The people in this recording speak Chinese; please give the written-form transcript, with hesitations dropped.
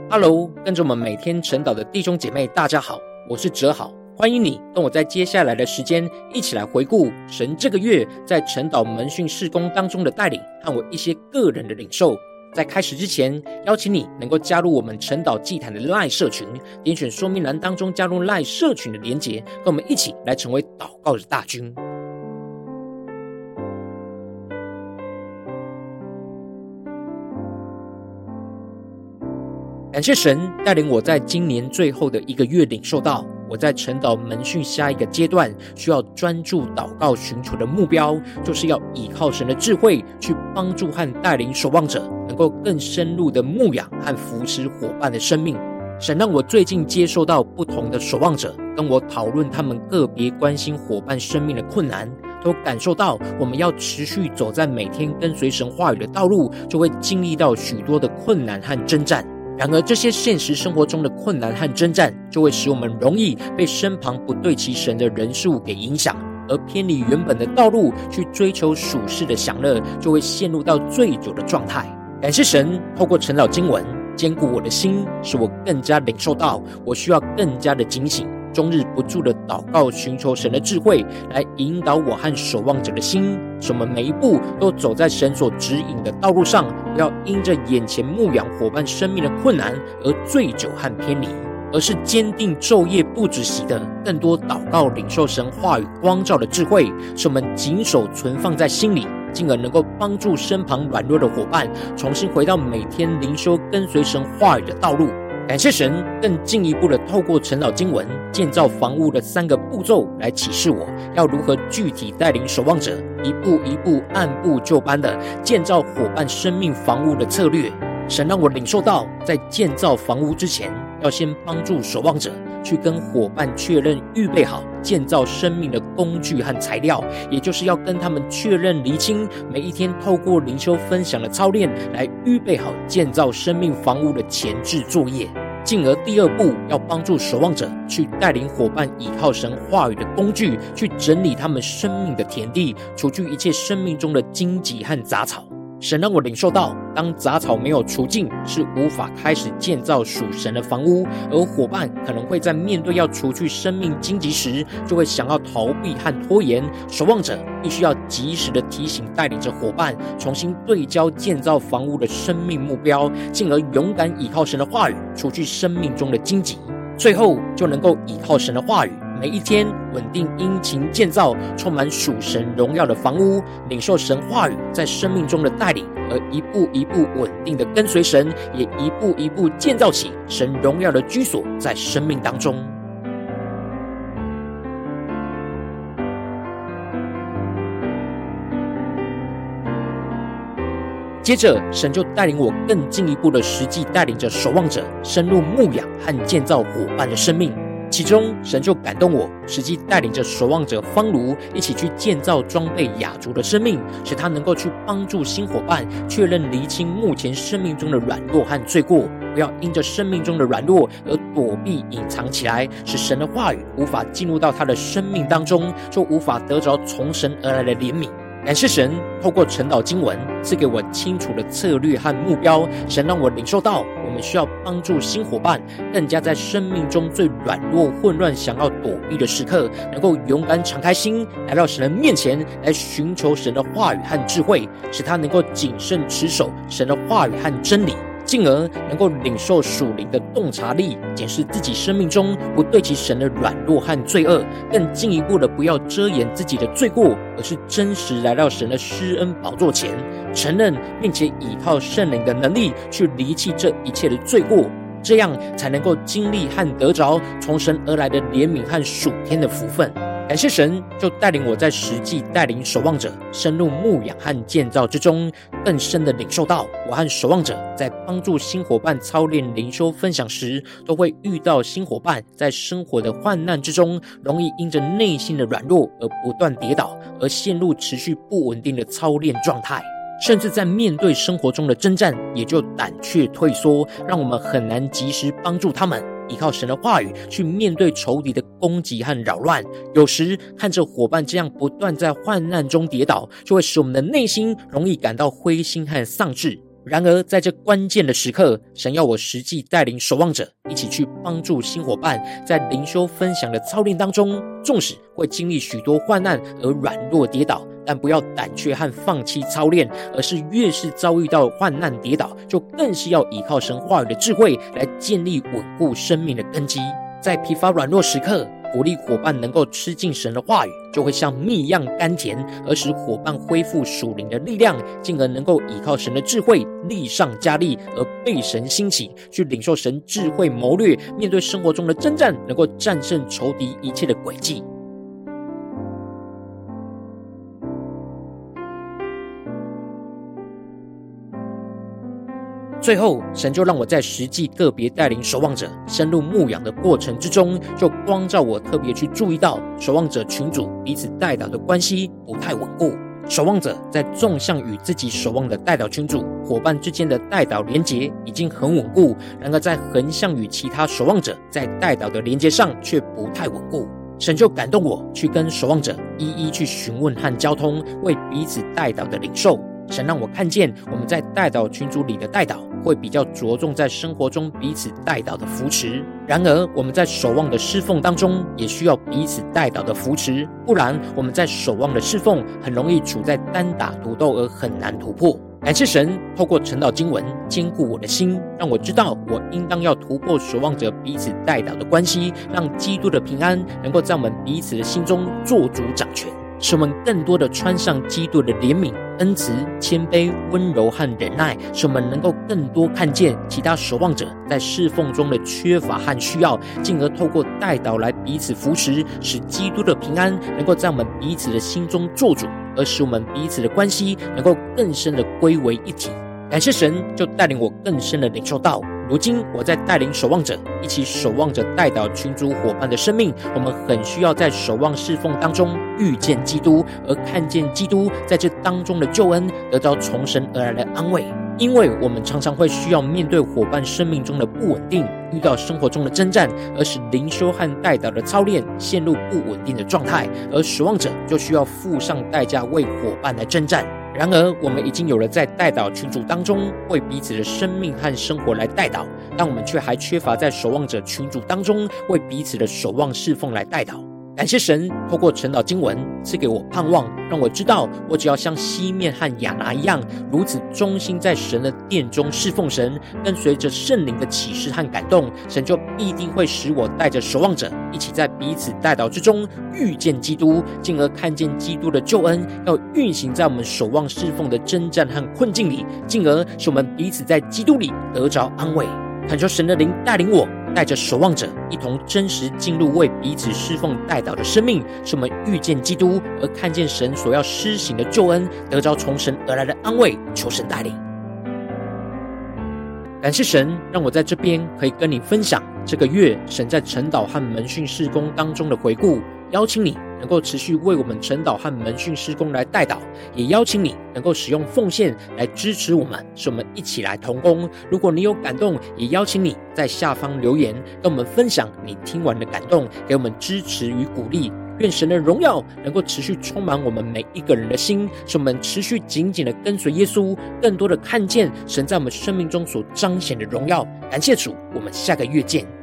Hello， 跟着我们每天晨祷的弟兄姐妹，大家好，我是哲好，欢迎你跟我在接下来的时间一起来回顾神这个月在晨祷门训事工当中的带领和我一些个人的领受。在开始之前，邀请你能够加入我们晨祷祭坛的 LINE 社群，点选说明栏当中加入 LINE 社群的连结，跟我们一起来成为祷告的大军。感谢神带领我在今年最后的一个月领受到，我在晨祷门训下一个阶段需要专注祷告寻求的目标，就是要依靠神的智慧去帮助和带领守望者能够更深入的牧养和扶持伙伴的生命。神让我最近接受到不同的守望者跟我讨论他们个别关心伙伴生命的困难，都感受到我们要持续走在每天跟随神话语的道路，就会经历到许多的困难和征战。然而这些现实生活中的困难和征战，就会使我们容易被身旁不对齐神的人事物给影响，而偏离原本的道路去追求属世的享乐，就会陷入到醉酒的状态。感谢神透过晨祷经文坚固我的心，使我更加领受到我需要更加的警醒，终日不住的祷告寻求神的智慧，来引导我和守望者的心，使我们每一步都走在神所指引的道路上，不要因着眼前牧养伙伴生命的困难而醉酒和偏离，而是坚定昼夜不止息的更多祷告领受神话语光照的智慧，使我们谨守存放在心里，进而能够帮助身旁软弱的伙伴重新回到每天灵修跟随神话语的道路。感谢神更进一步的透过晨祷经文建造房屋的3个步骤来启示我要如何具体带领守望者一步一步按部就班的建造伙伴生命房屋的策略。神让我领受到，在建造房屋之前，要先帮助守望者去跟伙伴确认预备好建造生命的工具和材料，也就是要跟他们确认厘清每一天透过灵修分享的操练来预备好建造生命房屋的前置作业。进而第2步，要帮助守望者去带领伙伴依靠神话语的工具，去整理他们生命的田地，除去一切生命中的荆棘和杂草。神让我领受到，当杂草没有除尽，是无法开始建造属神的房屋，而伙伴可能会在面对要除去生命荆棘时，就会想要逃避和拖延。守望者必须要及时的提醒带领着伙伴重新对焦建造房屋的生命目标，进而勇敢依靠神的话语除去生命中的荆棘，最后就能够依靠神的话语每一天稳定殷勤建造充满属神荣耀的房屋，领受神话语在生命中的带领，而一步一步稳定的跟随神，也一步一步建造起神荣耀的居所在生命当中。接着神就带领我更进一步的实际带领着守望者深入牧养和建造伙伴的生命。其中神就感动我实际带领着守望者方如一起去建造装备雅竹的生命，使他能够去帮助新伙伴确认厘清目前生命中的软弱和罪过，不要因着生命中的软弱而躲避隐藏起来，使神的话语无法进入到他的生命当中，就无法得着从神而来的怜悯。感谢神透过晨祷经文赐给我清楚的策略和目标，神让我领受到我们需要帮助新伙伴更加在生命中最软弱混乱想要躲避的时刻，能够勇敢敞开心来到神的面前，来寻求神的话语和智慧，使他能够谨慎持守神的话语和真理，进而能够领受属灵的洞察力，检视自己生命中不对齐神的软弱和罪恶，更进一步的不要遮掩自己的罪过，而是真实来到神的施恩宝座前，承认并且依靠圣灵的能力去离弃这一切的罪过，这样才能够经历和得着从神而来的怜悯和属天的福分。感谢神就带领我在实际带领守望者深入牧养和建造之中，更深的领受到我和守望者在帮助新伙伴操练灵修分享时，都会遇到新伙伴在生活的患难之中，容易因着内心的软弱而不断跌倒，而陷入持续不稳定的操练状态，甚至在面对生活中的征战也就胆怯退缩，让我们很难及时帮助他们依靠神的话语去面对仇敌的攻击和扰乱。有时看着伙伴这样不断在患难中跌倒，就会使我们的内心容易感到灰心和丧志。 然而在这关键的时刻，神要我实际带领守望者一起去帮助新伙伴，在灵修分享的操练当中，纵使会经历许多患难而软弱跌倒，但不要胆怯和放弃操练，而是越是遭遇到患难跌倒，就更是要依靠神话语的智慧来建立稳固生命的根基。在疲乏软弱时刻，鼓励伙伴能够吃进神的话语，就会像蜜一样甘甜，而使伙伴恢复属灵的力量，进而能够依靠神的智慧力上加力，而被神兴起，去领受神智慧谋略，面对生活中的征战，能够战胜仇敌一切的诡计。最后，神就让我在实际个别带领守望者深入牧养的过程之中，就光照我特别去注意到守望者群组彼此代祷的关系不太稳固。守望者在纵向与自己守望的代祷群组伙伴之间的代祷连结已经很稳固，然而在横向与其他守望者在代祷的连结上却不太稳固。神就感动我去跟守望者一一去询问和交通，为彼此代祷的领受。神让我看见我们在代祷群组里的代祷会比较着重在生活中彼此代祷的扶持，然而我们在守望的侍奉当中也需要彼此代祷的扶持，不然我们在守望的侍奉很容易处在单打独斗而很难突破。感谢神透过晨祷经文坚固我的心，让我知道我应当要突破守望者彼此代祷的关系，让基督的平安能够在我们彼此的心中做主掌权，使我们更多的穿上基督的怜悯、恩慈、谦卑、温柔和忍耐，使我们能够更多看见其他守望者在侍奉中的缺乏和需要，进而透过代祷来彼此扶持，使基督的平安能够在我们彼此的心中做主，而使我们彼此的关系能够更深的归为一体。感谢神就带领我更深的领受到，如今我在带领守望者一起守望着代祷群组伙伴的生命，我们很需要在守望侍奉当中遇见基督，而看见基督在这当中的救恩，得到从神而来的安慰。因为我们常常会需要面对伙伴生命中的不稳定，遇到生活中的征战，而使灵修和代祷的操练陷入不稳定的状态，而守望者就需要付上代价为伙伴来征战。然而我们已经有了在代祷群组当中为彼此的生命和生活来代祷，但我们却还缺乏在守望者群组当中为彼此的守望侍奉来代祷。感谢神透过晨祷经文赐给我盼望，让我知道我只要像西面和亚拿一样，如此忠心在神的殿中侍奉神，跟随着圣灵的启示和感动，神就必定会使我带着守望者一起在彼此代祷之中遇见基督，进而看见基督的救恩要运行在我们守望侍奉的征战和困境里，进而使我们彼此在基督里得着安慰。恳求神的灵带领我，带着守望者一同真实进入为彼此侍奉代祷的生命，使我们遇见基督，而看见神所要施行的救恩，得着从神而来的安慰。求神带领。感谢神让我在这边可以跟你分享这个月神在晨祷和门训事工当中的回顾，邀请你能够持续为我们晨祷和门训事工来代祷，也邀请你能够使用奉献来支持我们，使我们一起来同工。如果你有感动，也邀请你在下方留言跟我们分享你听完的感动，给我们支持与鼓励。愿神的荣耀能够持续充满我们每一个人的心，使我们持续紧紧的跟随耶稣，更多的看见神在我们生命中所彰显的荣耀。感谢主，我们下个月见。